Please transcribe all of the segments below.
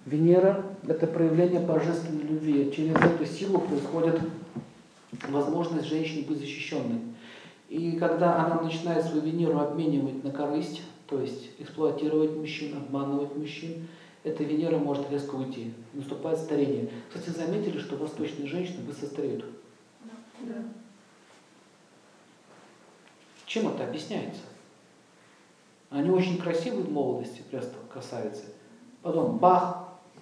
Венера – это проявление божественной любви. Через эту силу происходит возможность женщине быть защищенной. И когда она начинает свою Венеру обменивать на корысть, то есть эксплуатировать мужчин, обманывать мужчин, эта Венера может резко уйти. Наступает старение. Кстати, заметили, что восточные женщины быстро стареют? Да. Чем это объясняется? Они очень красивые в молодости, просто красавицы. Потом бах!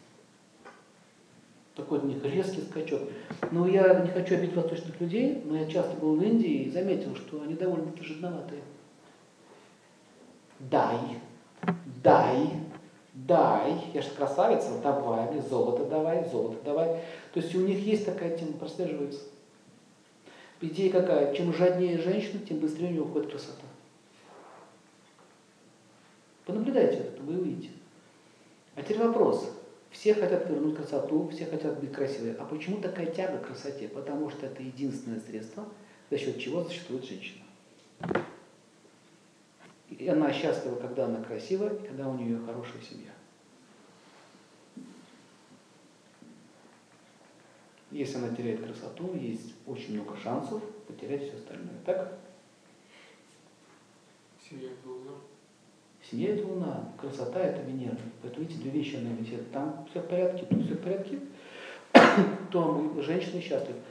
Такой у них резкий скачок. Но я не хочу обидеть восточных людей, но я часто был в Индии и заметил, что они довольно-таки жадноватые. Дай, дай, дай. Я же красавица, давай мне золото давай, золото давай. То есть у них есть такая тема, прослеживается. Идея какая? Чем жаднее женщина, тем быстрее у нее уходит красота. Понаблюдайте это, вы увидите. А теперь вопрос. Все хотят вернуть красоту, все хотят быть красивыми. А почему такая тяга к красоте? Потому что это единственное средство, за счет чего существует женщина. И она счастлива, когда она красивая, и когда у нее хорошая семья. Если она теряет красоту, есть очень много шансов потерять все остальное. Так? Семья – это луна. Семья – это луна, красота – это Венера. Поэтому видите, две вещи она висит. Там все в порядке, тут все в порядке, то женщина счастлива.